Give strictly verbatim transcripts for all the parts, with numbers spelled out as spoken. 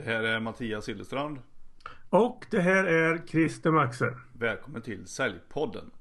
Det här är Mattias Sillerstrand. Och det här är Christer Maxer. Välkommen till Säljpodden.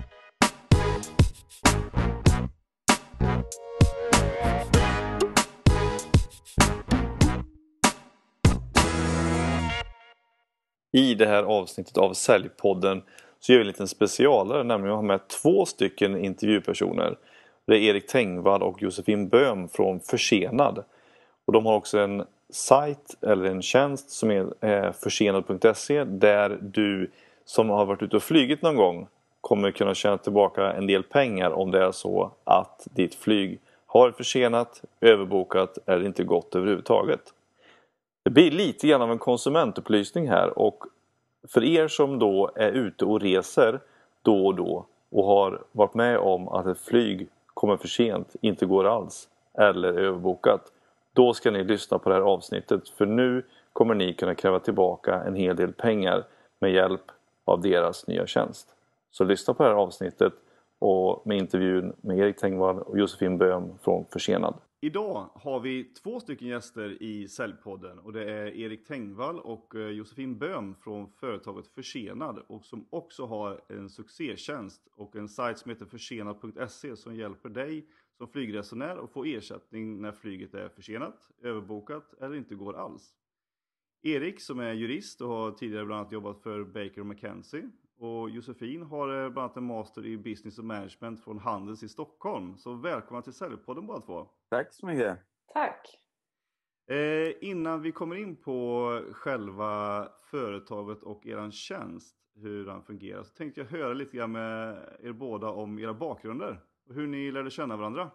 I det här avsnittet av Säljpodden så gör vi en liten specialare, nämligen att ha med två stycken intervjupersoner. Det är Erik Tengvall och Josefin Böhm från Försenad. Och de har också en sajt eller en tjänst som är försenad punkt se där du som har varit ute och flygit någon gång kommer kunna tjäna tillbaka en del pengar om det är så att ditt flyg har försenat, överbokat eller inte gått överhuvudtaget. Det blir lite grann av en konsumentupplysning här, och för er som då är ute och reser då och då och har varit med om att ett flyg kommer för sent, inte går alls eller är överbokat, då ska ni lyssna på det här avsnittet, för nu kommer ni kunna kräva tillbaka en hel del pengar med hjälp av deras nya tjänst. Så lyssna på det här avsnittet och med intervjun med Erik Tengvall och Josefin Böhm från Försenad. Idag har vi två stycken gäster i Säljpodden, och det är Erik Tengvall och Josefin Böhm från företaget Försenad, och som också har en succétjänst och en sajt som heter försenad punkt se som hjälper dig som flygresenär att få ersättning när flyget är försenat, överbokat eller inte går alls. Erik som är jurist och har tidigare bland annat jobbat för Baker och McKenzie, och Josefin har bland annat en master i business och management från Handels i Stockholm. Så välkomna till Säljpodden båda två. Tack så mycket. Tack. Eh, innan vi kommer in på själva företaget och er tjänst, hur den fungerar, så tänkte jag höra lite grann med er båda om era bakgrunder och hur ni lärde känna varandra.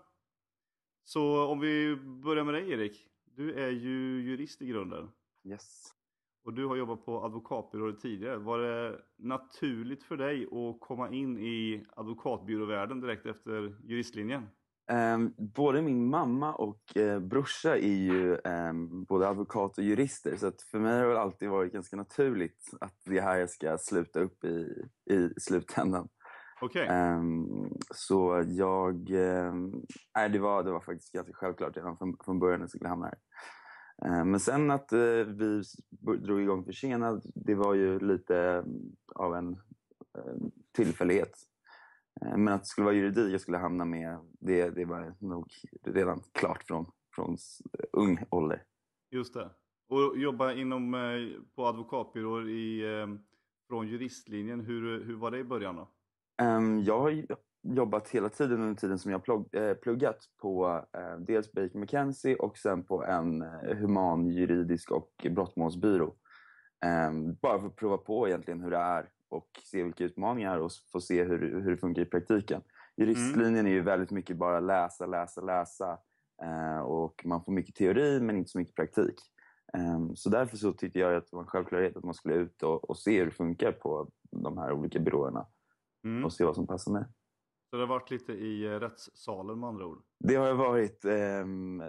Så om vi börjar med dig, Erik. Du är ju jurist i grunden. Yes. Och du har jobbat på advokatbyråer tidigare. Var det naturligt för dig att komma in i advokatbyråvärlden direkt efter juristlinjen? Um, både min mamma och uh, brorsa är ju um, både advokat och jurister. Så att för mig har det alltid varit ganska naturligt att det här ska sluta upp i, i slutändan. Okej. Okay. Um, så jag... Um, nej, det var, det var faktiskt ganska självklart redan från, från början att jag skulle hamna här. Men sen att uh, vi drog igång Försenad, det var ju lite av en uh, tillfällighet. Uh, men att det skulle vara juridik jag skulle hamna med, det, det var nog redan klart från, från ung ålder. Just det. Och jobba inom, uh, på advokatbyråer i, uh, från juristlinjen, hur, hur var det i början då? Um, jag har jobbat hela tiden under tiden som jag plugg, eh, pluggat på eh, dels Baker McKenzie och sen på en eh, human, juridisk och brottmålsbyrå. Um, bara för att prova på egentligen hur det är och se vilka utmaningar och få se hur, hur det funkar i praktiken. Juristlinjen mm. är ju väldigt mycket bara läsa, läsa, läsa uh, och man får mycket teori men inte så mycket praktik. Um, så därför så tyckte jag att det var en självklarhet att man skulle ut och, och se hur det funkar på de här olika byråerna mm. och se vad som passar mig. Så det har varit lite i rättssalen med andra ord? Det har varit eh,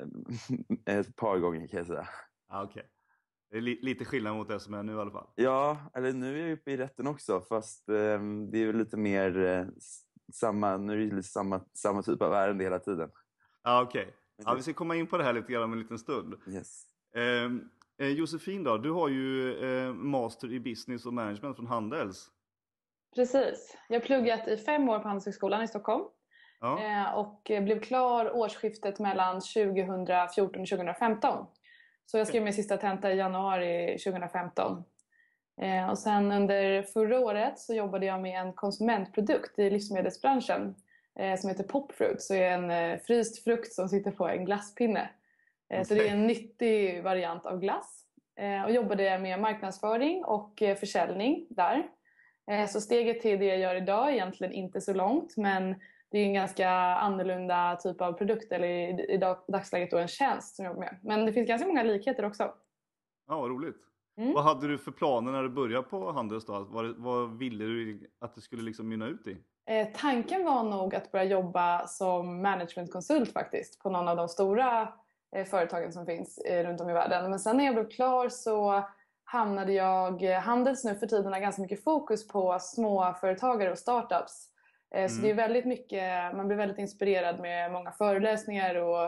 ett par gånger kan jag säga. Ah, okej. Okay. Det är li- lite skillnad mot det som är nu i alla fall. Ja, eller nu är jag uppe i rätten också. Fast eh, det är väl lite mer eh, samma, nu är det lite samma, samma typ av ärende hela tiden. Ah, okej. Okay. Ja, vi ska komma in på det här lite grann om en liten stund. Yes. Eh, Josefin då, du har ju eh, master i business och management från Handels. Precis. Jag har pluggat i fem år på Handelshögskolan i Stockholm. Ja. Eh, och blev klar årsskiftet mellan tjugofjorton och tjugofemton. Så jag skrev min sista tenta i januari tjugofemton. Eh, och sen under förra året så jobbade jag med en konsumentprodukt i livsmedelsbranschen. Eh, som heter Popfruit. Så det är en eh, fryst frukt som sitter på en glasspinne. Eh, okay. Så det är en nyttig variant av glass. Eh, och jobbade med marknadsföring och eh, försäljning där. Så steget till det jag gör idag är egentligen inte så långt, men det är en ganska annorlunda typ av produkt, eller i dagsläget då en tjänst som jag jobbar med. Men det finns ganska många likheter också. Ja, vad roligt. Mm. Vad hade du för planer när du började på Handels då? Vad, vad ville du att det skulle liksom mynna ut i? Eh, tanken var nog att börja jobba som managementkonsult faktiskt på någon av de stora eh, företagen som finns eh, runt om i världen. Men sen när jag blev klar så hamnade jag, Handels nu för tiden har ganska mycket fokus på småföretagare och startups. Mm. Så det är väldigt mycket, man blir väldigt inspirerad med många föreläsningar och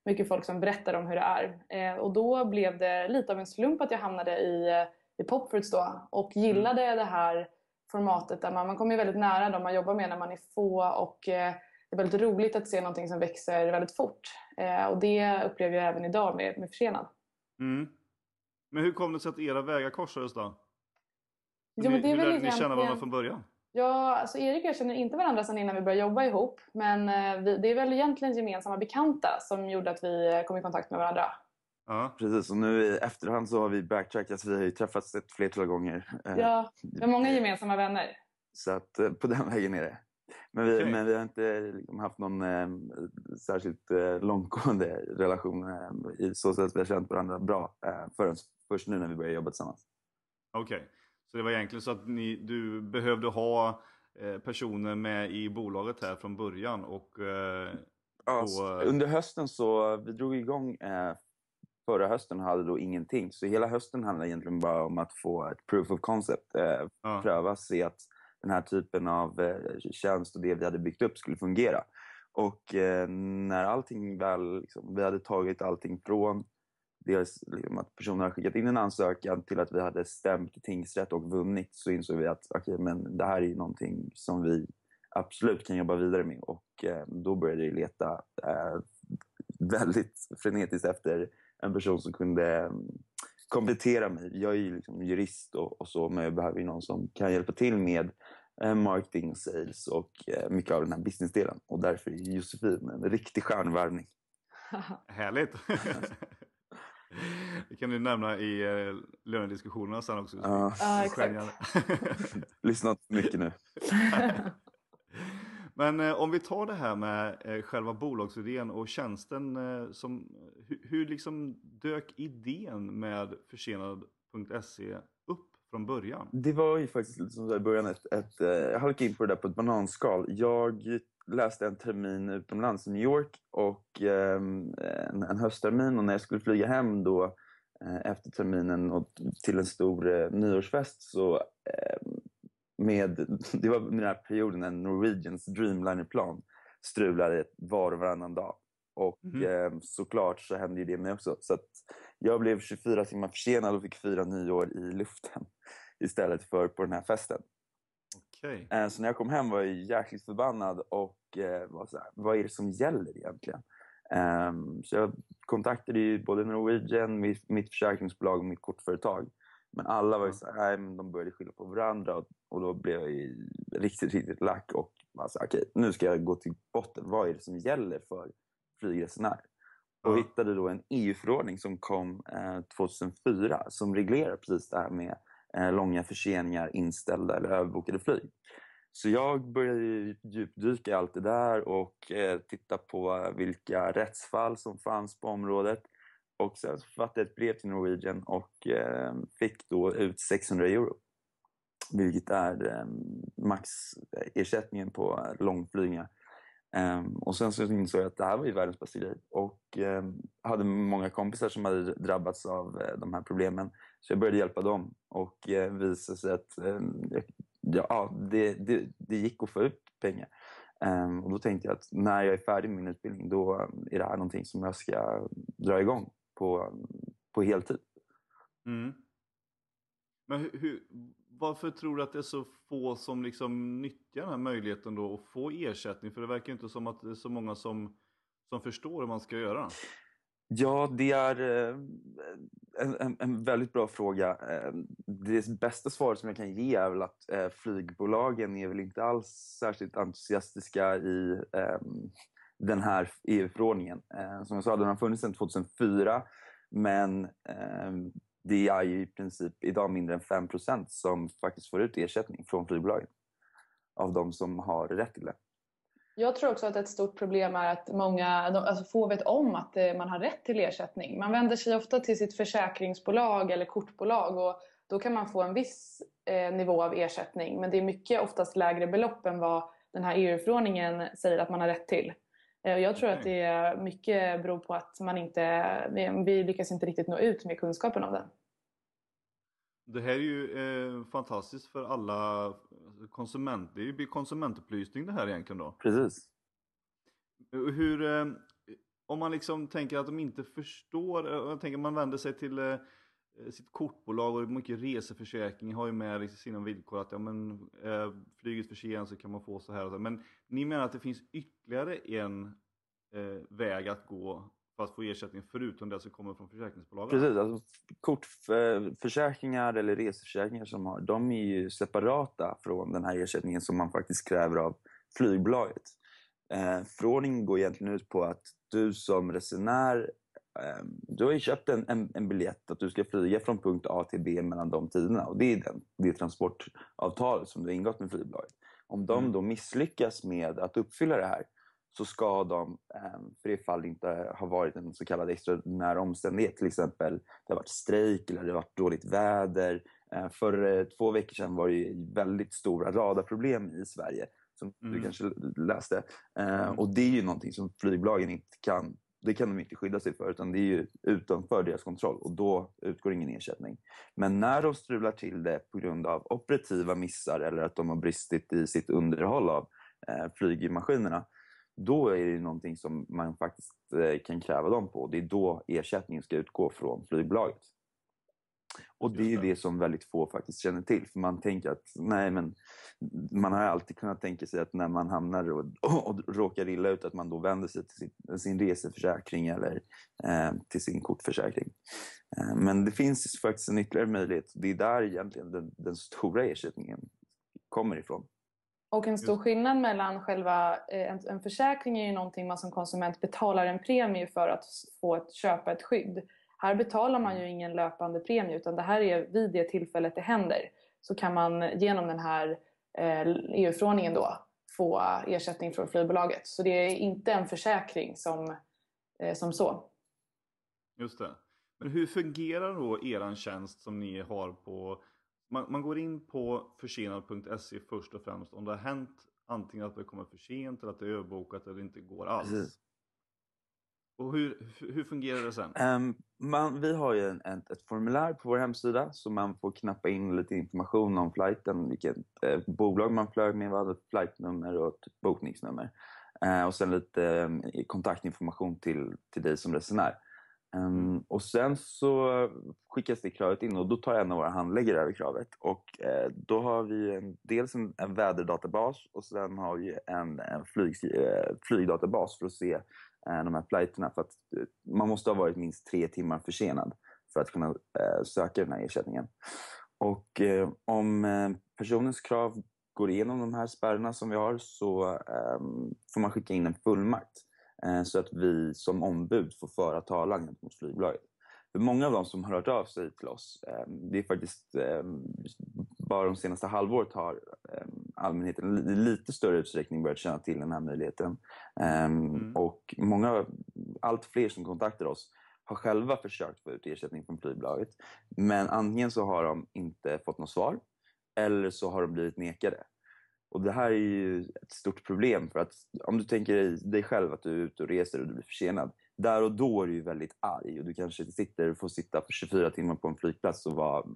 mycket folk som berättar om hur det är. Eh, och då blev det lite av en slump att jag hamnade i, i Popfruits då. Och gillade mm. det här formatet där man, man kommer väldigt nära dem man jobbar med när man är få. Och eh, det är väldigt roligt att se någonting som växer väldigt fort. Eh, och det upplever jag även idag med, med Försenad. Mm. Men hur kom det sig att era vägar korsades då? Jo, men det är hur väl lärde ni känna egentligen... varandra från början? Ja, alltså Erik och jag känner inte varandra sedan innan vi började jobba ihop. Men eh, vi, det är väl egentligen gemensamma bekanta som gjorde att vi kom i kontakt med varandra. Ja, precis. Och nu i efterhand så har vi backtrackat. Vi har ju träffats ett flertal gånger. Ja, vi har många gemensamma vänner. Så att på den vägen är det. Men vi, okay. men vi har inte liksom haft någon eh, särskilt eh, långtgående relation eh, i så sätt att vi har känt varandra bra eh, förrän först nu när vi började jobba tillsammans. Okej, okay. Så det var egentligen så att ni, du behövde ha eh, personer med i bolaget här från början och... Eh, ja, på... Under hösten så, vi drog igång eh, förra hösten och hade då ingenting. Så hela hösten handlade egentligen bara om att få ett proof of concept, eh, ja. pröva, se att den här typen av eh, tjänst och det vi hade byggt upp skulle fungera. Och eh, när allting väl, liksom, vi hade tagit allting från dels liksom, att personer har skickat in en ansökan till att vi hade stämt tingsrätt och vunnit, så insåg vi att okay, men det här är någonting som vi absolut kan jobba vidare med. Och eh, då började vi leta eh, väldigt frenetiskt efter en person som kunde komplettera mig. Jag är ju liksom jurist och, och så, men jag behöver ju någon som kan hjälpa till med eh, marketing, sales och eh, mycket av den här businessdelen. Och därför är Josefin en riktig stjärnvärvning. Härligt! Det kan du nämna i eh, lönediskussionerna sen också. Ja, ja exakt. Lyssna mycket nu. Men eh, om vi tar det här med eh, själva bolagsidén och tjänsten, eh, som, hur, hur liksom dök idén med försenad punkt se upp från början? Det var ju faktiskt lite som i början ett, ett, eh, jag halkade in på det där på ett bananskal. Jag läste en termin utomlands i New York och eh, en, en hösttermin, och när jag skulle flyga hem då eh, efter terminen och till en stor eh, nyårsfest så eh, med, det var den här perioden när Norwegians Dreamliner-plan strulade var och varannan dag. Och mm. eh, såklart så hände ju det mig också. Så att jag blev tjugofyra timmar försenad och fick fira nyår i luften istället för på den här festen. Okay. Eh, så när jag kom hem var jag jäkligt förbannad och eh, var så här, vad är det som gäller egentligen? Eh, så jag kontaktade ju både Norwegian, mitt, mitt försäkringsbolag och mitt kortföretag. Men alla var ju så här, nej, men de började skylla på varandra och, och då blev jag ju riktigt, riktigt lack och bara så här, okej, nu ska jag gå till botten. Vad är det som gäller för flygresenärer? Och ja. hittade då en E U-förordning som kom eh, tjugohundrafyra som reglerar precis det här med eh, långa förseningar, inställda eller överbokade flyg. Så jag började djupdyka i allt det där och eh, titta på vilka rättsfall som fanns på området. Och sen så fattade jag ett brev till Norwegian och eh, fick då ut sexhundra euro. Vilket är eh, maxersättningen på långflygningar. Eh, och sen så insåg jag att det här var ju världens bästa grej. Och eh, hade många kompisar som hade drabbats av eh, de här problemen. Så jag började hjälpa dem. Och eh, visade sig att eh, ja, det, det, det gick att få ut pengar. Eh, och då tänkte jag att när jag är färdig med min utbildning, då är det här någonting som jag ska dra igång på, på heltid. Mm. Men hur, hur, varför tror du att det är så få som liksom nyttjar den här möjligheten då att få ersättning? För det verkar inte som att det är så många som, som förstår hur man ska göra. Ja, det är en, en, en väldigt bra fråga. Det bästa svaret som jag kan ge är väl att flygbolagen är väl inte alls särskilt entusiastiska i den här E U-förordningen. Som jag sa, den har funnits sedan tjugohundrafyra, men det är ju i princip idag mindre än fem procent som faktiskt får ut ersättning från flygbolagen av de som har rätt till det. Jag tror också att ett stort problem är att många, alltså få vet om att man har rätt till ersättning. Man vänder sig ofta till sitt försäkringsbolag eller kortbolag och då kan man få en viss eh, nivå av ersättning. Men det är mycket oftast lägre belopp än vad den här E U-förordningen säger att man har rätt till. Eh, jag tror okay. att det är mycket beror på att man inte, vi, vi lyckas inte riktigt nå ut med kunskapen om det. Det här är ju eh, fantastiskt för alla konsumenter. Det är ju konsumentupplysning det här egentligen då. Precis. Hur, eh, om man liksom tänker att de inte förstår, jag tänker man vänder sig till eh, sitt kortbolag och mycket reseförsäkring har ju med liksom sina villkor att ja, men, eh, flyget försenas så kan man få så här och så. Men ni menar att det finns ytterligare en eh, väg att gå för att få ersättning förutom det som kommer från försäkringsbolagen? Precis, alltså, kortförsäkringar eller reseförsäkringar som har, de är ju separata från den här ersättningen som man faktiskt kräver av flygbolaget. Eh, förordningen går egentligen ut på att du som resenär, eh, du har ju köpt en, en, en biljett att du ska flyga från punkt A till B mellan de tiderna, och det är den, det transportavtal som du har ingått med flygbolaget. Om de då misslyckas med att uppfylla det här, så ska de, för det fall det inte har varit en så kallad extraordinär omständighet, till exempel det har varit strejk eller det har varit dåligt väder. För två veckor sedan var det väldigt stora radarproblem i Sverige som mm. du kanske läste. Mm. Och det är ju någonting som flygbolagen inte kan, det kan de inte skydda sig för, utan det är ju utanför deras kontroll och då utgår ingen ersättning. Men när de strular till det på grund av operativa missar eller att de har bristit i sitt underhåll av flygmaskinerna, då är det någonting som man faktiskt kan kräva dem på. Det är då ersättningen ska utgå från flygbolaget. Och det är ju det som väldigt få faktiskt känner till. För man tänker att, nej men, man har alltid kunnat tänka sig att när man hamnar och, och, och råkar illa ut, att man då vänder sig till sin, sin reseförsäkring eller eh, till sin kortförsäkring. Eh, men det finns faktiskt en ytterligare möjlighet. Det är där egentligen den, den stora ersättningen kommer ifrån. Och en stor skillnad mellan själva en, en försäkring är ju någonting man som konsument betalar en premie för att få ett, köpa ett skydd. Här betalar man ju ingen löpande premie, utan det här är vid det tillfället det händer. Så kan man genom den här eh, E U-förordningen då få ersättning från flygbolaget. Så det är inte en försäkring som, eh, som så. Just det. Men hur fungerar då eran tjänst som ni har på... Man, man går in på försenad punkt se först och främst om det har hänt antingen att det kommer för sent eller att det är överbokat eller inte går alls. Precis. Och hur, hur fungerar det sen? Um, man, vi har ju en, ett, ett formulär på vår hemsida så man får knappa in lite information om flighten, vilket eh, bolag man flög med, vad ett flightnummer och ett bokningsnummer. Uh, och sen lite eh, kontaktinformation till, till dig som resenär. Um, och sen så skickas det kravet in och då tar en av våra handläggare över kravet. Och eh, då har vi en, dels en, en väderdatabas och sen har vi en, en flyg, eh, flygdatabas för att se eh, de här flighterna. För att eh, man måste ha varit minst tre timmar försenad för att kunna eh, söka den här ersättningen. Och eh, om eh, personens krav går igenom de här spärrarna som vi har, så eh, får man skicka in en fullmakt. Så att vi som ombud får föra talan gentemot flygbolaget. För många av dem som har hört av sig till oss, det är faktiskt bara de senaste halvåret har allmänheten i lite större utsträckning börjat känna till den här möjligheten. Mm. Och många, allt fler som kontaktar oss har själva försökt få ut ersättning från flygbolaget. Men antingen så har de inte fått något svar eller så har de blivit nekade. Och det här är ju ett stort problem, för att om du tänker dig själv att du är ute och reser och du blir försenad, där och då är du ju väldigt arg och du kanske sitter, får sitta för tjugofyra timmar på en flygplats och vara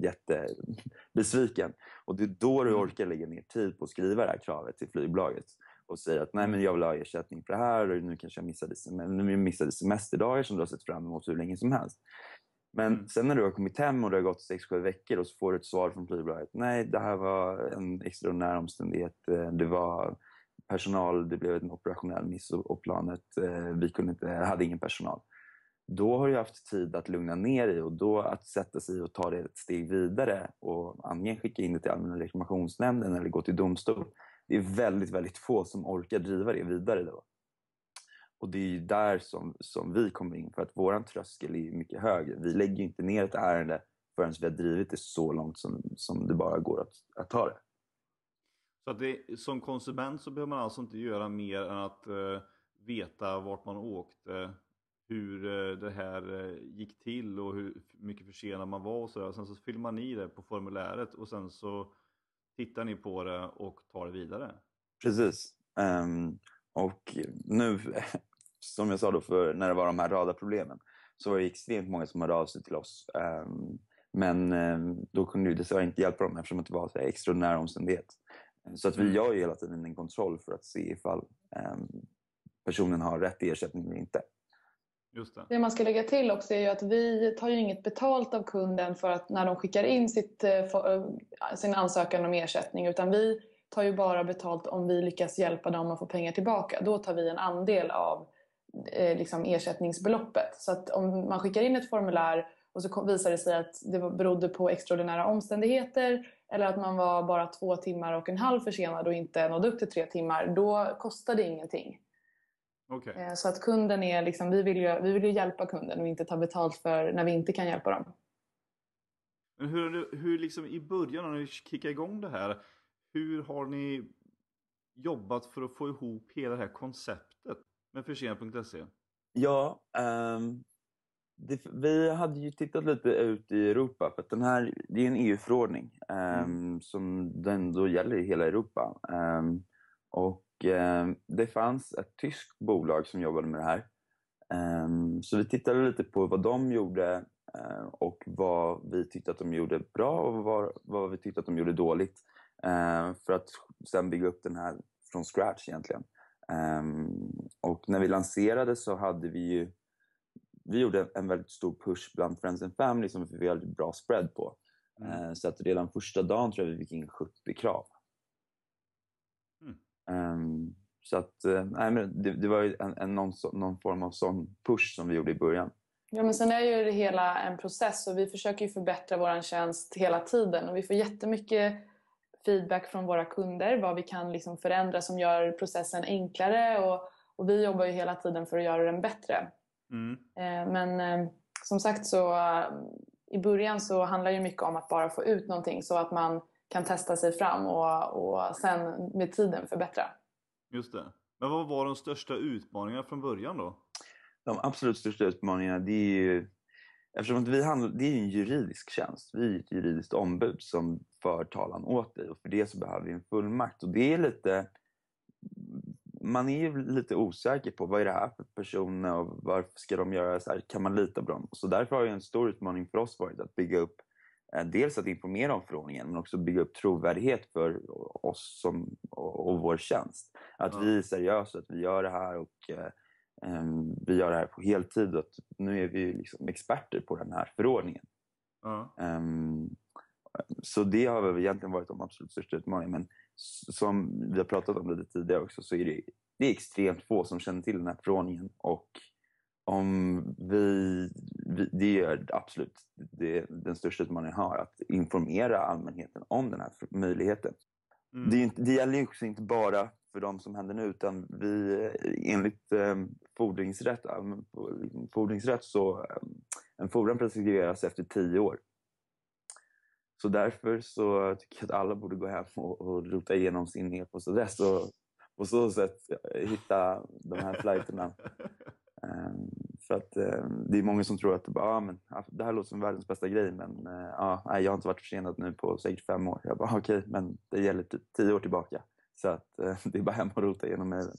jättebesviken. Och det är då du orkar lägga ner tid på att skriva det här kravet till flygbolaget och säga att nej men jag vill ha ersättning för det här och nu kanske jag missade, nu missade semesterdagar som du har sett fram emot hur länge som helst. Men mm. sen när du har kommit hem och det har gått sex sju veckor och så får du ett svar från flygbolaget. Nej, det här var en extraordinär omständighet. Det var personal, det blev en operationell miss och planet, vi kunde inte, hade ingen personal. Då har du haft tid att lugna ner dig och då att sätta sig och ta det ett steg vidare och antingen skicka in det till Allmänna reklamationsnämnden eller gå till domstol. Det är väldigt, väldigt få som orkar driva det vidare då. Och det är ju där som, som vi kommer in, för att våran tröskel är mycket högre. Vi lägger inte ner ett ärende förrän vi har drivit det så långt som, som det bara går att, att ta det. Så att det, som konsument så behöver man alltså inte göra mer än att uh, veta vart man åkte, hur uh, det här uh, gick till och hur mycket försenad man var och så där. Sen så fyller man i det på formuläret och sen så tittar ni på det och tar det vidare. Precis. Um... Och nu, som jag sa då, för när det var de här radarproblemen, så var det extremt många som hörde av sig till oss. Men då kunde det så inte hjälpa dem eftersom det var en extraordinär omständighet. Så att vi gör ju hela tiden en kontroll för att se ifall personen har rätt ersättning eller inte. Just det. Det man ska lägga till också är ju att vi tar ju inget betalt av kunden för att när de skickar in sitt, sin ansökan om ersättning, utan vi tar ju bara betalt om vi lyckas hjälpa dem att få pengar tillbaka. Då tar vi en andel av eh, liksom ersättningsbeloppet. Så att om man skickar in ett formulär och så visar det sig att det berodde på extraordinära omständigheter eller att man var bara två timmar och en halv försenad och inte nådde upp till tre timmar, då kostar det ingenting. Okay. Så att kunden är liksom, vi vill ju, vi vill ju hjälpa kunden och inte ta betalt för när vi inte kan hjälpa dem. Men hur, hur liksom i början när ni kickar igång det här, hur har ni jobbat för att få ihop hela det här konceptet med Försena punkt se? Ja, um, det, vi hade ju tittat lite ut i Europa för att den här, det är en E U-förordning um, mm. som den då gäller i hela Europa. Um, och um, det fanns ett tyskt bolag som jobbade med det här. Um, så vi tittade lite på vad de gjorde uh, och vad vi tyckte att de gjorde bra och vad, vad vi tyckte att de gjorde dåligt. Uh, för att sen bygga upp den här från scratch egentligen. Um, och när vi lanserade så hade vi ju vi gjorde en väldigt stor push bland Friends and Family som vi fick väldigt bra spread på. Mm. Uh, så att redan första dagen tror jag vi fick in sjuttio krav. Mm. Um, så att uh, nej, men det, det var ju en, en, någon, någon form av sån push som vi gjorde i början. Ja, men sen är ju det hela en process och vi försöker ju förbättra vår tjänst hela tiden och vi får jättemycket feedback från våra kunder, vad vi kan liksom förändra som gör processen enklare och, och vi jobbar ju hela tiden för att göra den bättre. Mm. Eh, men eh, som sagt så eh, i början så handlar det mycket om att bara få ut någonting så att man kan testa sig fram och, och sen med tiden förbättra. Just det. Men vad var de största utmaningarna från början då? De absolut största utmaningarna, det är ju eftersom att vi handlar, det är en juridisk tjänst. Vi är ett juridiskt ombud som för talan åt dig. Och för det så behöver vi en fullmakt. Och det är lite... Man är ju lite osäker på vad är det här för personer och varför ska de göra så här? Kan man lita på dem? Så därför har ju en stor utmaning för oss varit att bygga upp... Eh, dels att informera om förordningen men också bygga upp trovärdighet för oss som, och, och vår tjänst. Att ja. vi är seriösa, att vi gör det här och... Eh, Um, vi gör det här på heltid och nu är vi liksom experter på den här förordningen. Uh. Um, så det har väl egentligen varit de absolut största utmaningarna. Men som vi har pratat om lite tidigare också så är det, det är extremt få som känner till den här förordningen. Och om vi, vi det är absolut det, den största utmaningen har att informera allmänheten om den här möjligheten. Mm. Det, är inte, det gäller ju också inte bara för de som händer nu utan vi enligt eh, fordringsrätt, fordringsrätt så eh, en fordran preskriberas efter tio år. Så därför så tycker jag att alla borde gå hem och, och rota igenom sin e-postadress och på så sätt hitta de här flighterna. um, för att um, det är många som tror att ah, men, det här låter som världens bästa grej men uh, ah, jag har inte varit försenad nu på säkert fem år. Jag bara okej, okay, men det gäller typ tio år tillbaka. Så att uh, det är bara hem och rota igenom mejlen.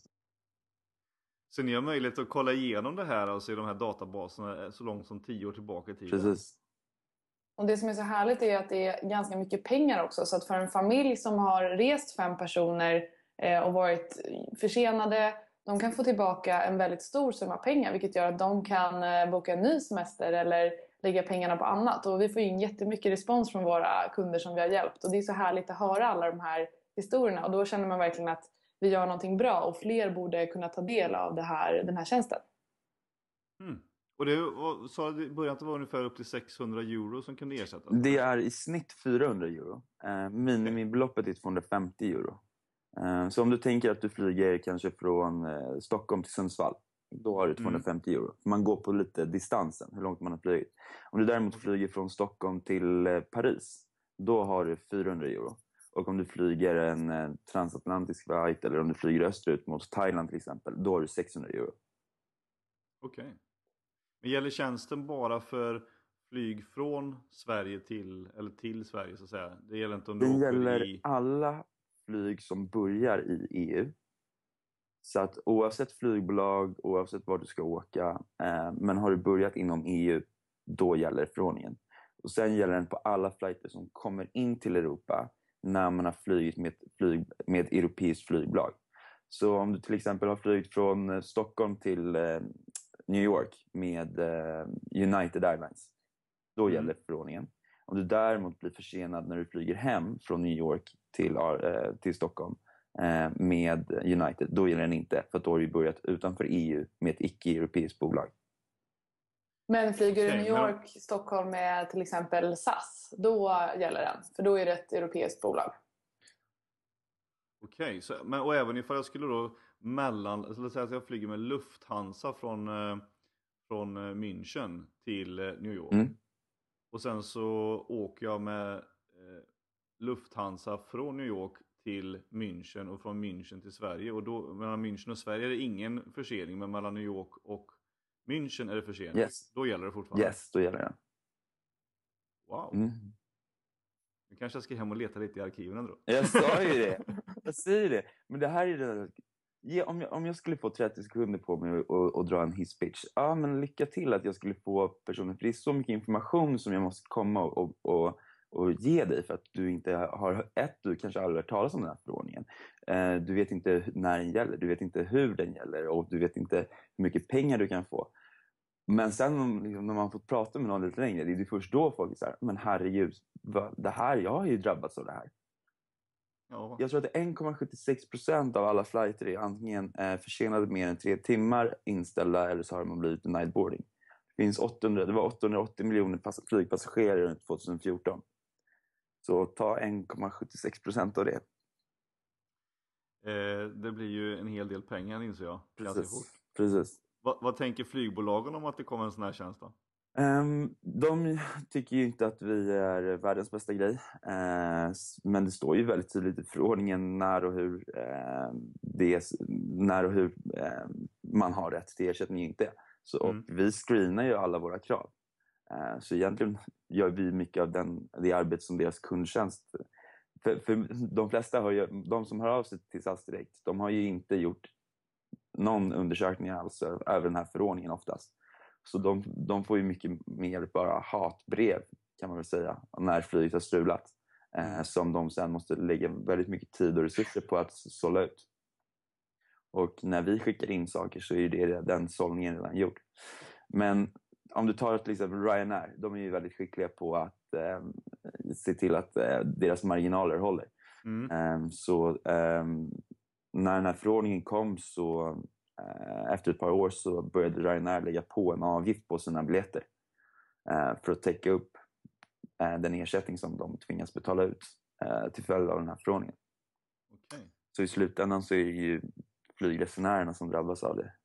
Så ni har möjlighet att kolla igenom det här och se de här databaserna så långt som tio år tillbaka i tiden? Precis. Och det som är så härligt är att det är ganska mycket pengar också. Så att för en familj som har rest fem personer eh, och varit försenade, de kan få tillbaka en väldigt stor summa pengar. Vilket gör att de kan eh, boka en ny semester eller lägga pengarna på annat. Och vi får in jättemycket respons från våra kunder som vi har hjälpt. Och det är så härligt att höra alla de här historierna. Och då känner man verkligen att vi gör någonting bra. Och fler borde kunna ta del av det här, den här tjänsten. Mm. Och det sa i början att det var ungefär upp till sexhundra euro som kunde ersättas? Det är i snitt fyrahundra euro. Eh, minimibeloppet är tvåhundrafemtio euro. Eh, så om du tänker att du flyger kanske från eh, Stockholm till Sundsvall, då har du tvåhundrafemtio mm. euro. Man går på lite distansen, hur långt man har flugit. Om du däremot flyger från Stockholm till eh, Paris, då har du fyrahundra euro. Och om du flyger en eh, transatlantisk flight eller om du flyger österut mot Thailand till exempel, då har du sexhundra euro. Okej. Okay. Men gäller tjänsten bara för flyg från Sverige till eller till Sverige så att säga? Det gäller inte om du det åker gäller i... alla flyg som börjar i E U. Så att oavsett flygbolag, oavsett var du ska åka, eh, men har du börjat inom E U, då gäller förordningen. Och sen gäller den på alla flighter som kommer in till Europa när man har flygit med, flyg, med ett europeiskt flygbolag. Så om du till exempel har flygit från Stockholm till eh, New York med uh, United Airlines, då mm. gäller förordningen. Om du däremot blir försenad när du flyger hem från New York till, uh, till Stockholm uh, med United, då gäller den inte. För att då har du börjat utanför E U med ett icke-europeiskt bolag. Men flyger du New York, Stockholm med till exempel S A S, då gäller den. För då är det ett europeiskt bolag. Okej, så, men, och även ifall jag skulle då mellan, låt säga att jag flyger med Lufthansa från, eh, från München till eh, New York. Mm. Och sen så åker jag med eh, Lufthansa från New York till München och från München till Sverige. Och då mellan München och Sverige är det ingen försening, men mellan New York och München är det försening. Yes. Då gäller det fortfarande. Yes, då gäller det. Wow. Mm. Nu kanske jag ska hem och leta lite i arkiven då. Jag sa ju det. Jag säger det. Men det här är det. Ja, om, jag, om jag skulle få trettio sekunder på mig och, och dra en hisspitch. Ja, men lycka till att jag skulle få personen. För det är så mycket information som jag måste komma och, och, och, och ge dig. För att du inte har ett, du kanske aldrig hört talas om den här förordningen. Eh, du vet inte när den gäller. Du vet inte hur den gäller. Och du vet inte hur mycket pengar du kan få. Men sen liksom, när man får prata med någon lite längre, det är först då folk säger, men herregud, vad, det här, jag har ju drabbats av det här. Ja. Jag tror att en komma sjuttiosex procent av alla flighter är antingen eh, försenade mer än tre timmar, inställda, eller så har man blivit denied boarding. Det finns åttahundra, det var åttahundraåttio miljoner pass, flygpassagerare runt tjugohundrafjorton. Så ta en komma sjuttiosex procent av det. Eh, det blir ju en hel del pengar, inser jag. Precis, precis. Vad, vad tänker flygbolagen om att det kommer en sån här tjänst då? Um, de tycker ju inte att vi är världens bästa grej. Uh, men det står ju väldigt tydligt i förordningen när och hur, uh, det är, när och hur uh, man har rätt till ersättning inte. Så, mm. Och vi screenar ju alla våra krav. Uh, så egentligen gör vi mycket av den, det arbete som deras kundtjänst. För, för de flesta har ju, de som hör av sig till S A S direkt, de har ju inte gjort någon undersökning alls över den här förordningen oftast. Så de, de får ju mycket mer bara hatbrev, kan man väl säga, när flyget har strulat. Eh, som de sen måste lägga väldigt mycket tid och resurser på att sålla ut. Och när vi skickar in saker så är det den sållningen redan gjord. Men om du tar till exempel Ryanair, de är ju väldigt skickliga på att eh, se till att eh, deras marginaler håller. Mm. Eh, så eh, när den här förordningen kom så eh, efter ett par år så började Ryanair lägga på en avgift på sina biljetter eh, för att täcka upp eh, den ersättning som de tvingas betala ut eh, till följd av den här förordningen. Okay. Så i slutändan så är det ju flygresenärerna som drabbas av det.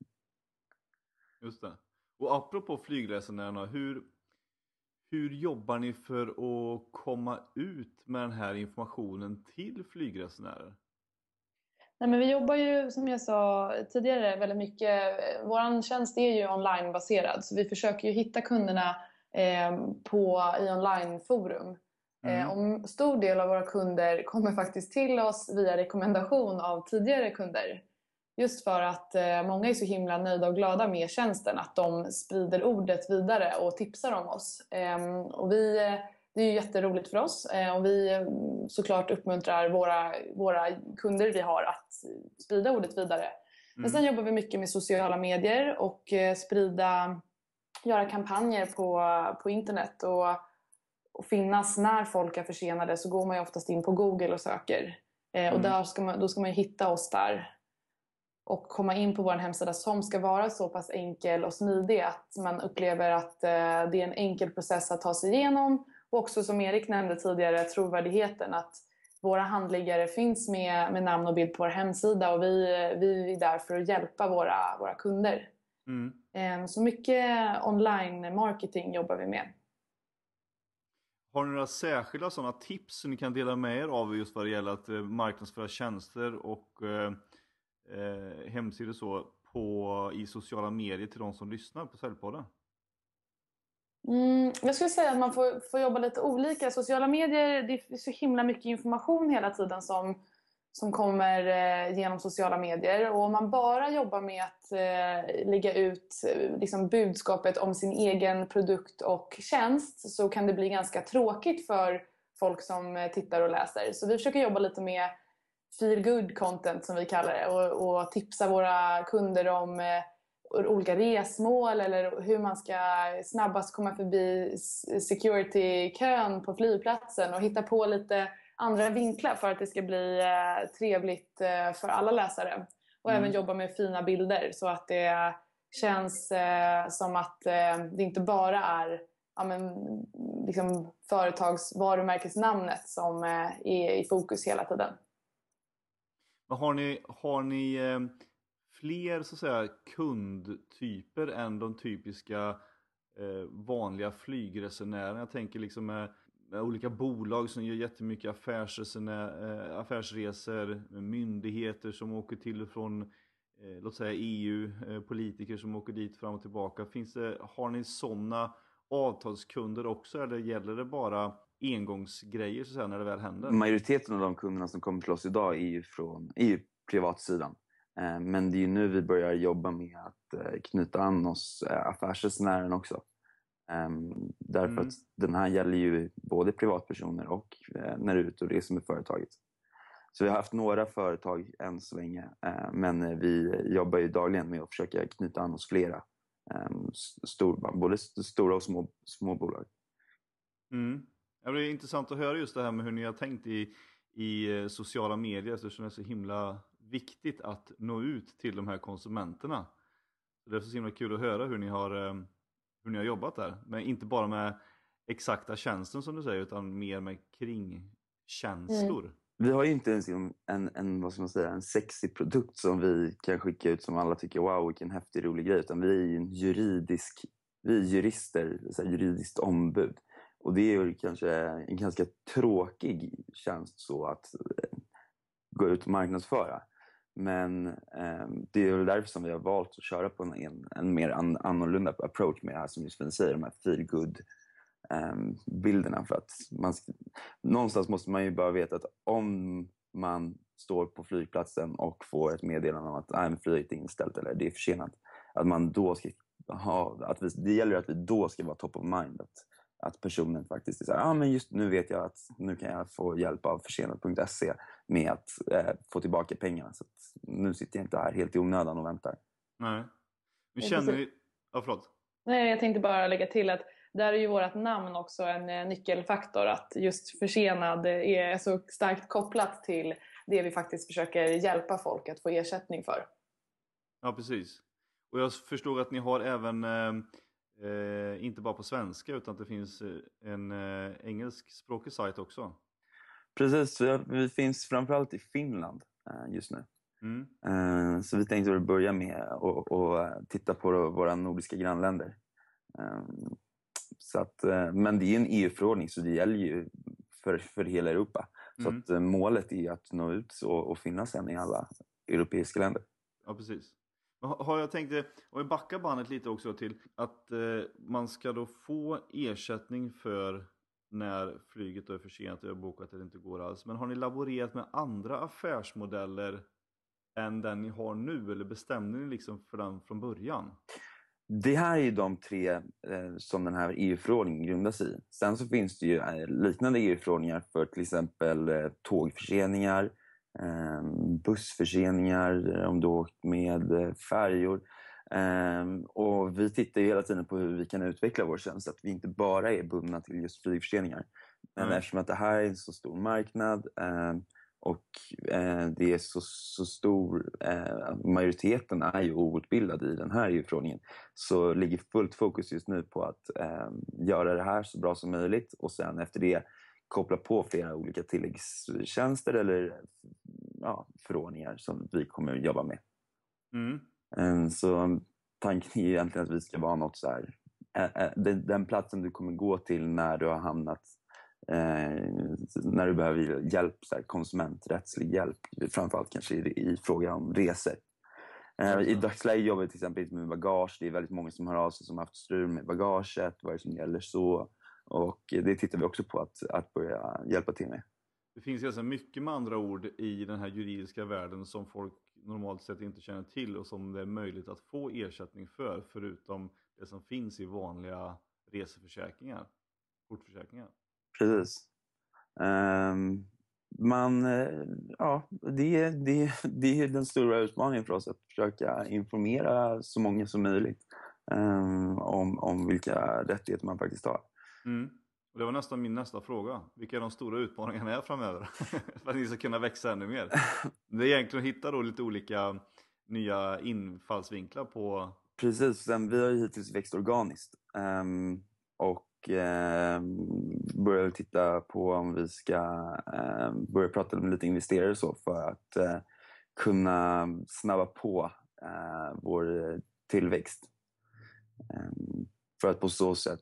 Just det. Och apropå flygresenärerna, hur, hur jobbar ni för att komma ut med den här informationen till flygresenärer? Nej, men vi jobbar ju, som jag sa tidigare, väldigt mycket. Vår tjänst är ju onlinebaserad, så vi försöker ju hitta kunderna eh, på, i onlineforum. Mm. Eh, och en stor del av våra kunder kommer faktiskt till oss via rekommendation av tidigare kunder. Just för att eh, många är så himla nöjda och glada med tjänsten att de sprider ordet vidare och tipsar om oss. Eh, och vi, det är ju jätteroligt för oss eh, och vi såklart uppmuntrar våra, våra kunder vi har att sprida ordet vidare. Mm. Men sen jobbar vi mycket med sociala medier och eh, sprida, göra kampanjer på, på internet och, och finnas när folk är försenade, så går man ju oftast in på Google och söker. Eh, mm. Och där ska man, då ska man ju hitta oss där. Och komma in på vår hemsida som ska vara så pass enkel och smidig att man upplever att eh, det är en enkel process att ta sig igenom. Och också som Erik nämnde tidigare, trovärdigheten att våra handläggare finns med, med namn och bild på vår hemsida. Och vi, vi är där för att hjälpa våra, våra kunder. Mm. Eh, så mycket online marketing jobbar vi med. Har ni några särskilda sådana tips som ni kan dela med er av just vad det gäller att eh, marknadsföra tjänster och eh, Eh, hemsidor så på, i sociala medier till de som lyssnar på Säljpodden? Mm, jag skulle säga att man får, får jobba lite olika. Sociala medier, det är så himla mycket information hela tiden som, som kommer eh, genom sociala medier. Och om man bara jobbar med att eh, lägga ut eh, liksom budskapet om sin egen produkt och tjänst, så kan det bli ganska tråkigt för folk som eh, tittar och läser. Så vi försöker jobba lite med feel good content som vi kallar det, och, och tipsa våra kunder om eh, olika resmål eller hur man ska snabbast komma förbi security-kön på flygplatsen och hitta på lite andra vinklar för att det ska bli eh, trevligt eh, för alla läsare. Och mm. även jobba med fina bilder så att det känns eh, som att eh, det inte bara är ja, men, liksom, företagsvarumärkesnamnet som eh, är i fokus hela tiden. Har ni, har ni eh, fler så att säga, kundtyper än de typiska eh, vanliga flygresenärerna? Jag tänker liksom med, med olika bolag som gör jättemycket affärsresenär, eh, affärsresor, myndigheter som åker till och från eh, låt säga E U, eh, politiker som åker dit fram och tillbaka. Finns det, har ni sådana avtalskunder också eller gäller det bara engångsgrejer så att säga, när det väl händer? Majoriteten av de kunderna som kommer till oss idag är ju från är ju privatsidan. Eh, men det är ju nu vi börjar jobba med att eh, knyta an oss eh, affärsresenären också. Eh, därför Mm. att den här gäller ju både privatpersoner och eh, när du är ute och reser med företaget. Så vi har haft några företag än så länge. Eh, men vi jobbar ju dagligen med att försöka knyta an oss flera. Eh, stor, både stora och små, små bolag. Mm. Ja, det är intressant att höra just det här med hur ni har tänkt i, i sociala medier eftersom det är så himla viktigt att nå ut till de här konsumenterna. Så det är så himla kul att höra hur ni har, hur ni har jobbat där. Men inte bara med exakta tjänsten som du säger utan mer med kringkänslor. Mm. Vi har ju inte ens en, en, en, vad ska man säga, en sexig produkt som vi kan skicka ut som alla tycker wow vilken häftig rolig grej. Utan vi är ju en juridisk, vi är jurister, så här, juridiskt ombud. Och det är ju kanske en ganska tråkig tjänst så att eh, gå ut och marknadsföra. Men eh, det är väl därför som vi har valt att köra på en, en, en mer an, annorlunda approach med det här som just vi säger, de här feel good eh, bilderna. För att man, någonstans måste man ju bara veta att om man står på flygplatsen och får ett meddelande om att nej, flyget är inställt eller det är försenat. Att man då ska ha, att vi, det gäller att vi då ska vara top of mind. Att, Att personen faktiskt är så här, ja ah, men just nu vet jag att nu kan jag få hjälp av försenat punkt se med att eh, få tillbaka pengarna. Så att nu sitter jag inte här helt i onödan och väntar. Nej. Vi känner ni... Ja, förlåt. Nej, jag tänkte bara lägga till att där är ju vårt namn också en eh, nyckelfaktor. Att just försenad är så starkt kopplat till det vi faktiskt försöker hjälpa folk att få ersättning för. Ja, precis. Och jag förstår att ni har även... Eh... Eh, inte bara på svenska utan att det finns en eh, engelskspråkig sajt också. Precis, så vi finns framförallt i Finland eh, just nu. Mm. Eh, så vi tänkte börja med att titta på våra nordiska grannländer. Eh, så att, eh, men det är en E U-förordning så det gäller ju för, för hela Europa. Så Mm. att, eh, målet är att nå ut och, och finnas sen i alla europeiska länder. Ja, precis. Har jag tänkt, och vi backar bandet lite också till att eh, man ska då få ersättning för när flyget är försenat och jag bokat eller inte går alls. Men har ni laborerat med andra affärsmodeller än den ni har nu eller bestämde ni liksom för den från början? Det här är ju de tre eh, som den här E U-förordningen grundas i. Sen så finns det ju eh, liknande E U-förordningar för till exempel eh, tågförseningar, Um, bussförseningar, om du åkt med uh, färjor. Um, och vi tittar ju hela tiden på hur vi kan utveckla vår tjänst. Att vi inte bara är bundna till just flygförseningar. Men mm. eftersom att det här är en så stor marknad um, och uh, det är så, så stor, uh, majoriteten är ju outbildad i den här E U-förordningen. Så ligger fullt fokus just nu på att um, göra det här så bra som möjligt. Och sen efter det koppla på flera olika tilläggstjänster eller ja, förordningar som vi kommer att jobba med. Mm. Så tanken är ju egentligen att vi ska vara något så här, den platsen du kommer gå till när du har hamnat, när du behöver hjälp, så här, konsumenträttslig hjälp, framförallt kanske i, i fråga om resor. Mm. I dagsläget jobbar vi till exempel med bagage, det är väldigt många som hör av sig som har haft strul med bagaget, vad är det som gäller så. Och det tittar vi också på att, att börja hjälpa till med. Det finns ganska mycket med andra ord i den här juridiska världen som folk normalt sett inte känner till och som det är möjligt att få ersättning för förutom det som finns i vanliga reseförsäkringar, kortförsäkringar. Precis. Um, man, ja, det, det, det är den stora utmaningen för oss att försöka informera så många som möjligt um, om, om vilka rättigheter man faktiskt har. Mm. Och det var nästan min nästa fråga. Vilka är de stora utmaningarna är framöver? För att ni ska kunna växa ännu mer. Det är egentligen att hitta då lite olika nya infallsvinklar på... Precis, sen, vi har ju hittills växt organiskt. Um, och um, börjar titta på om vi ska um, börja prata med lite investerare så för att uh, kunna snabba på uh, vår tillväxt. Um, för att på så sätt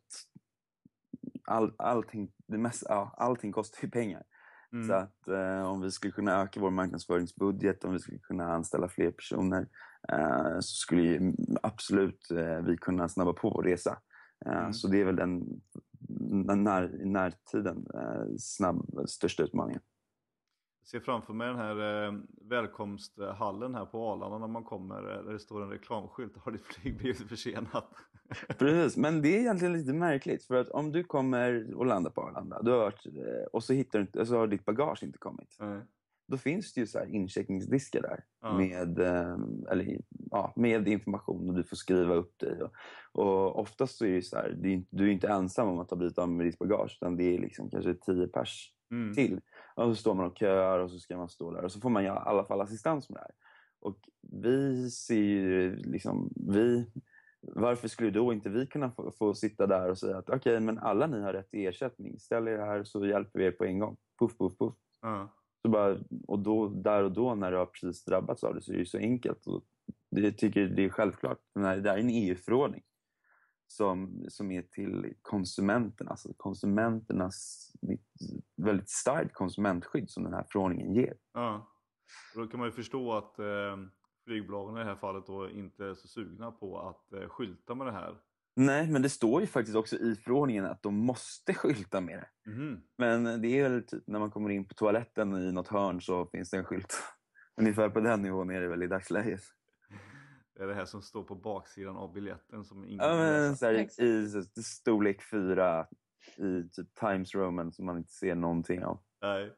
all, allting, det mest, ja, allting kostar ju pengar. Mm. Så att uh, om vi skulle kunna öka vår marknadsföringsbudget, om vi skulle kunna anställa fler personer uh, så skulle ju absolut uh, vi kunna snabba på vår resa. Uh, mm. Så det är väl den, den när, närtiden uh, snabb, största utmaningen. Jag ser framför mig den här eh, välkomsthallen här på Arlanda när man kommer, där det står en reklamskylt. Har ditt flyg blivit försenat? Precis, men det är egentligen lite märkligt. För att om du kommer och landar på Arlanda du har varit, och så, hittar du inte, så har ditt bagage inte kommit. Mm. Då finns det ju så här incheckningsdiskar där mm. med, eller, ja, med information och du får skriva upp dig. Och, och oftast så är det så här, du är inte ensam om att ha blivit av med ditt bagage. Utan det är liksom kanske tio pers mm. till. Och så står man och köar och så ska man stå där. Och så får man i alla fall assistans med det här. Och vi ser ju liksom, vi... Varför skulle då inte vi kunna få, få sitta där och säga att okej, okay, men alla ni har rätt till ersättning. Ställ er här så hjälper vi er på en gång. Puff, puff, puff. Mm. Så bara, och då, där och då när du har precis drabbats av det så är det så enkelt. Och det tycker det är självklart. Det här är en E U-förordning som, som är till konsumenterna. Alltså konsumenternas väldigt starkt konsumentskydd som den här förordningen ger. Ja. Då kan man ju förstå att eh, flygbolagen i det här fallet då inte är så sugna på att eh, skylta med det här. Nej, men det står ju faktiskt också i förordningen att de måste skylta med det. Mm. Men det är väl typ när man kommer in på toaletten i något hörn så finns det en skylt. Ungefär på den nivån är det väl i dagsläget. Det är det här som står på baksidan av biljetten som ingen ja, men, så här, i så, storlek fyra i typ Times Roman som man inte ser någonting av. Nej.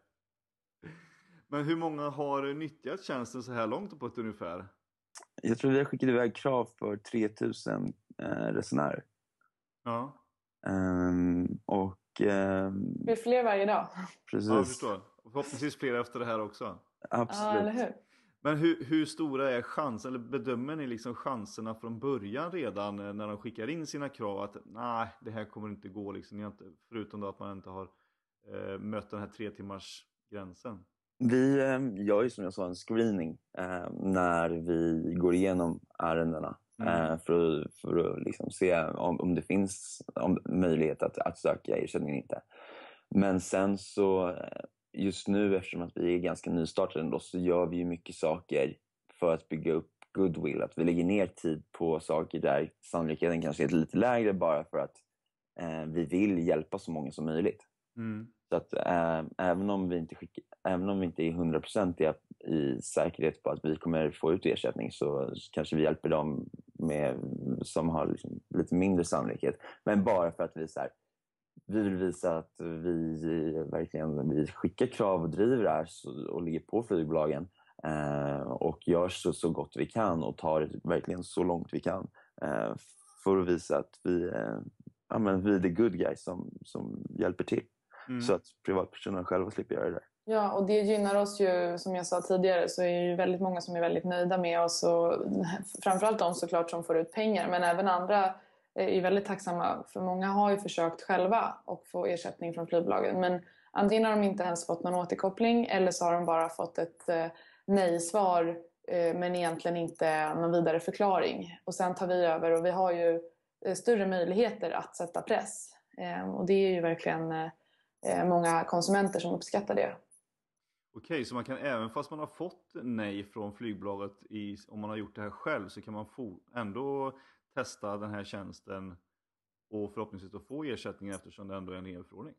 Men hur många har nyttjat tjänsten så här långt på ett ungefär? Jag tror vi har skickat iväg krav för tre tusen eh, resenärer. Ja. Um, och... Um, det är fler varje dag. Precis. Ja, jag förstår. Och förhoppningsvis fler efter det här också. Absolut. Ja, eller hur? Men hur, hur stora är chansen, eller bedömer ni liksom chanserna från början redan när de skickar in sina krav att nej, det här kommer inte gå liksom, ni har inte, förutom då att man inte har eh, mött den här tre timmars gränsen? Vi eh, gör ju som jag sa en screening eh, när vi går igenom ärendena mm. eh, för, att, för att liksom se om, om det finns om, möjlighet att, att söka ersättning eller inte. Men sen så just nu, eftersom att vi är ganska nystartade ändå, så gör vi ju mycket saker för att bygga upp goodwill. Att vi lägger ner tid på saker där sannolikheten kanske är lite lägre bara för att eh, vi vill hjälpa så många som möjligt. Mm. Så att eh, även, om vi inte skickar, även om vi inte är hundra procent i, i säkerhet på att vi kommer få ut ersättning så, så kanske vi hjälper dem med, som har liksom lite mindre sannolikhet. Men bara för att vi så här, vi vill visa att vi verkligen vi skickar krav och driver det här och ligger på flygbolagen eh, och gör så, så gott vi kan och tar verkligen så långt vi kan eh, för att visa att vi, eh, ja, men vi är the good guys som, som hjälper till. Mm. Så att privatpersonerna själva slipper göra det. Ja, och det gynnar oss ju, som jag sa tidigare, så är det ju väldigt många som är väldigt nöjda med oss och framförallt de såklart som får ut pengar, men även andra är väldigt tacksamma, för många har ju försökt själva och få ersättning från flygbolagen, men antingen har de inte ens fått någon återkoppling eller så har de bara fått ett eh, nej-svar eh, men egentligen inte någon vidare förklaring. Och sen tar vi över och vi har ju eh, större möjligheter att sätta press eh, och det är ju verkligen eh, många konsumenter som uppskattar det. Okej, så man kan även fast man har fått nej från flygbolaget i, om man har gjort det här själv, så kan man få, ändå testa den här tjänsten och förhoppningsvis då få ersättning eftersom det ändå är en E U-förordning.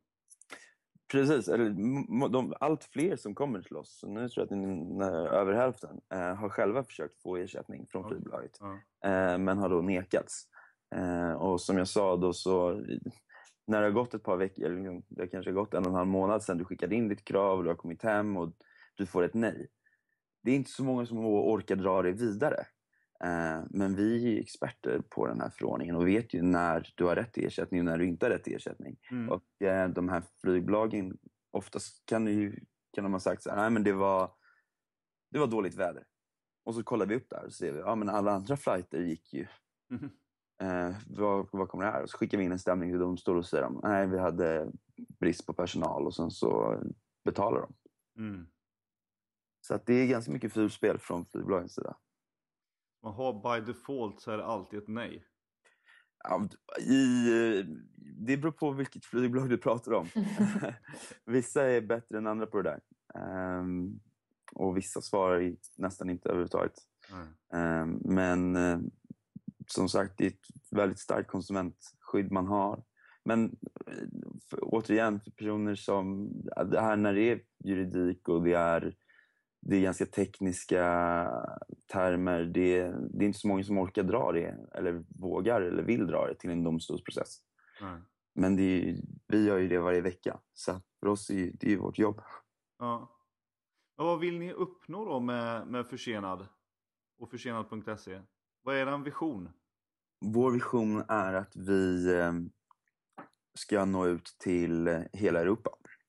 Precis, eller de, allt fler som kommer till oss, så nu tror jag att den, över hälften eh, har själva försökt få ersättning från flygbolaget, ja. eh, men har då nekats. Eh, och som jag sa då så, när det har gått ett par veckor, eller liksom, det har kanske gått en och en halv månad sedan du skickade in ditt krav och du har kommit hem och du får ett nej. Det är inte så många som orkar dra det vidare. Uh, men vi är experter på den här förordningen och vet ju när du har rätt till ersättning och när du inte har rätt till ersättning. Mm. Och uh, de här flygbolagen, oftast kan, ju, kan de ha sagt så här, nej men det var, det var dåligt väder. Och så kollar vi upp där och ser vi, ja men alla andra flighter gick ju. Mm. Uh, vad, vad kommer det här? Och så skickar vi in en stämning till domstol och säger, nej vi hade brist på personal och sen så betalar de. Mm. Så att det är ganska mycket fulspel från flygbolagens sida. Man har by default så är det alltid ett nej. Ja, i, det beror på vilket flygbolag du pratar om. Vissa är bättre än andra på det där. Um, och vissa svarar nästan inte överhuvudtaget. Mm. Um, men uh, som sagt, det är ett väldigt starkt konsumentskydd man har. Men för, återigen, för personer som... Det här när det är juridik och det är... Det är ganska tekniska termer. Det är, det är inte så många som orkar dra det. Eller vågar eller vill dra det till en domstolsprocess. Mm. Men det är, vi gör ju det varje vecka. Så för oss är det är vårt jobb. Ja. Och vad vill ni uppnå då med, med Försenad och försenad punkt se? Vad är er vision? Vår vision är att vi ska nå ut till hela Europa.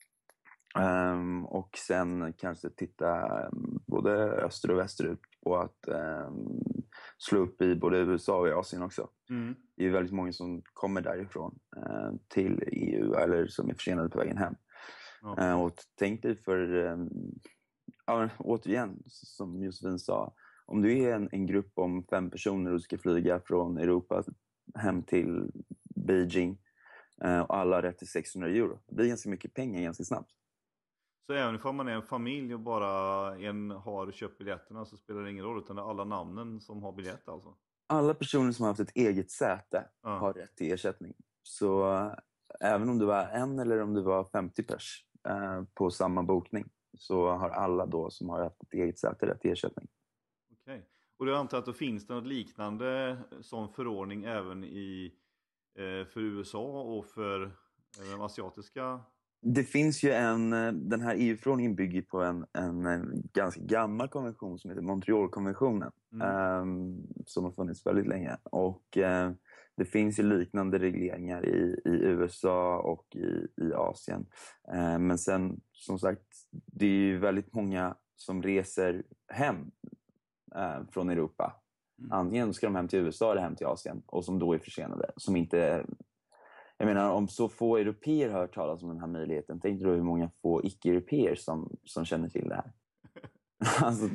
Um, och sen kanske titta um, både öster och västerut på att um, slå upp i både U S A och Asien också. Mm. Det är väldigt många som kommer därifrån uh, till E U eller som är försenade på vägen hem. Okay. Uh, och tänk dig för, um, ja, återigen som Josefin sa, om du är en, en grupp om fem personer och ska flyga från Europa hem till Beijing uh, och alla har rätt till sexhundra euro. Det blir ganska mycket pengar ganska snabbt. Så även om man är en familj och bara en har köpt biljetterna så spelar det ingen roll, utan det är alla namnen som har biljett alltså? Alla personer som har haft ett eget säte ja. har rätt till ersättning. Så äh, även om du var en eller om du var femtio pers äh, på samma bokning så har alla då som har haft ett eget säte rätt till ersättning. Okej. Okay. Och du antar att då finns det något liknande som förordning även i, eh, för U S A och för eh, de asiatiska? Det finns ju en, den här E U-förordningen bygger på en, en, en ganska gammal konvention som heter Montreal-konventionen. Mm. Um, som har funnits väldigt länge. Och uh, det finns ju liknande regleringar i, i U S A och i, i Asien. Uh, men sen, som sagt, det är ju väldigt många som reser hem uh, från Europa. Mm. Antingen ska de hem till U S A eller hem till Asien och som då är försenade. Som inte... Jag menar, om så få europeer har hört talas om den här möjligheten, tänk då hur många få icke-europeer som, som känner till det här. Alltså,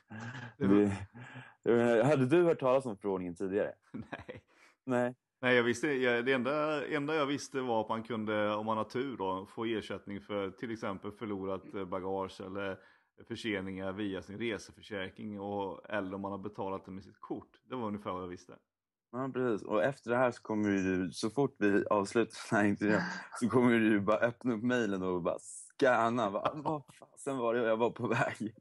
du, hade du hört talas om förordningen tidigare? Nej. Nej. Nej, jag visste, jag, det enda, enda jag visste var att man kunde, om man har tur då, få ersättning för till exempel förlorat bagage eller förseningar via sin reseförsäkring och, eller om man har betalat det med sitt kort. Det var ungefär vad jag visste. Ja, precis. Och efter det här så kommer du, så fort vi avslutar den här intervjun, så kommer du bara öppna upp mejlen och bara scanna. Vad, vad fasen var det jag var på väg?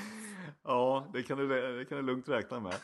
Ja, det kan du, det kan du lugnt räkna med.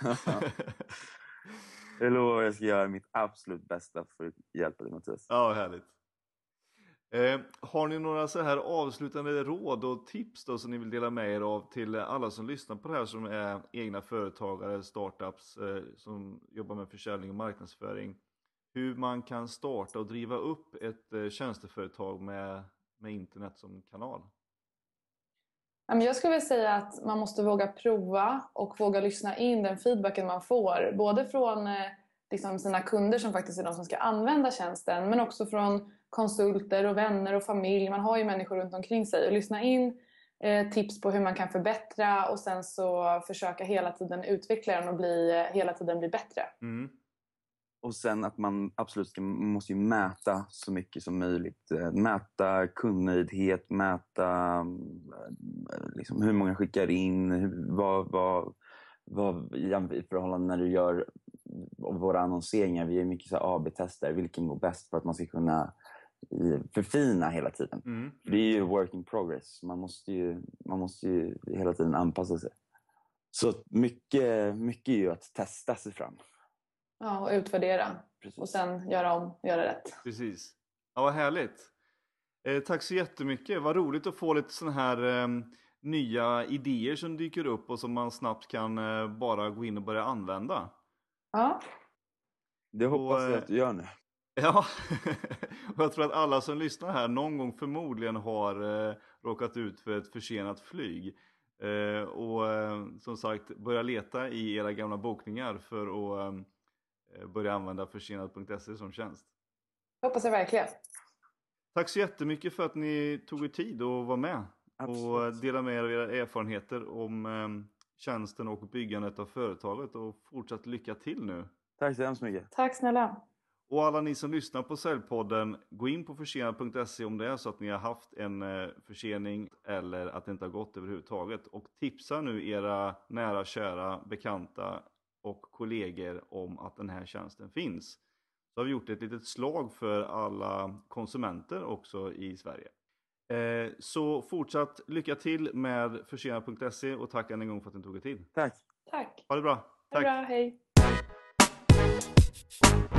Jag lovar, jag ska göra mitt absolut bästa för att hjälpa dig, Mattias. Ja, härligt. Eh, har ni några så här avslutande råd och tips då som ni vill dela med er av till alla som lyssnar på det här, som är egna företagare, startups eh, som jobbar med försäljning och marknadsföring? Hur man kan starta och driva upp ett eh, tjänsteföretag med, med internet som kanal? Jag skulle vilja säga att man måste våga prova och våga lyssna in den feedbacken man får. Både från eh, liksom sina kunder som faktiskt är de som ska använda tjänsten, men också från konsulter och vänner och familj. Man har ju människor runt omkring sig. Och lyssna in eh, tips på hur man kan förbättra och sen så försöka hela tiden utveckla den och bli, hela tiden bli bättre. Mm. Och sen att man absolut ska, man måste ju mäta så mycket som möjligt. Mäta kundnöjdhet, mäta liksom hur många skickar in, hur, vad, vad, vad i förhållande när du gör våra annonseringar. Vi är mycket så A B-tester, vilken går bäst för att man ska kunna förfina hela tiden. Mm. För det är ju work in progress. Man måste ju, man måste ju hela tiden anpassa sig. Så mycket, mycket är ju att testa sig fram. Ja, och utvärdera. Precis. Och sen göra om, göra rätt. Precis. Ja, vad härligt. Eh, tack så jättemycket. Vad roligt att få lite sådana här eh, nya idéer som dyker upp och som man snabbt kan eh, bara gå in och börja använda. Ja. Det hoppas Och, jag att du gör nu. Ja, och jag tror att alla som lyssnar här någon gång förmodligen har eh, råkat ut för ett försenat flyg. Eh, och eh, som sagt, börja leta i era gamla bokningar för att eh, börja använda försenat punkt se som tjänst. Hoppas jag verkligen. Tack så jättemycket för att ni tog er tid att vara med. Absolut. Och dela med er av era erfarenheter om eh, tjänsten och byggandet av företaget. Och fortsatt lycka till nu. Tack så hemskt mycket. Tack snälla. Och alla ni som lyssnar på Säljpodden, gå in på försenad punkt se om det är så att ni har haft en eh, försening eller att det inte har gått överhuvudtaget. Och tipsa nu era nära, kära, bekanta och kollegor om att den här tjänsten finns. Så har vi gjort ett litet slag för alla konsumenter också i Sverige. Eh, så fortsatt lycka till med försenad punkt se och tack än en gång för att ni tog er tid. Tack. Tack. Ha det bra. Ha Tack. det bra. Hej.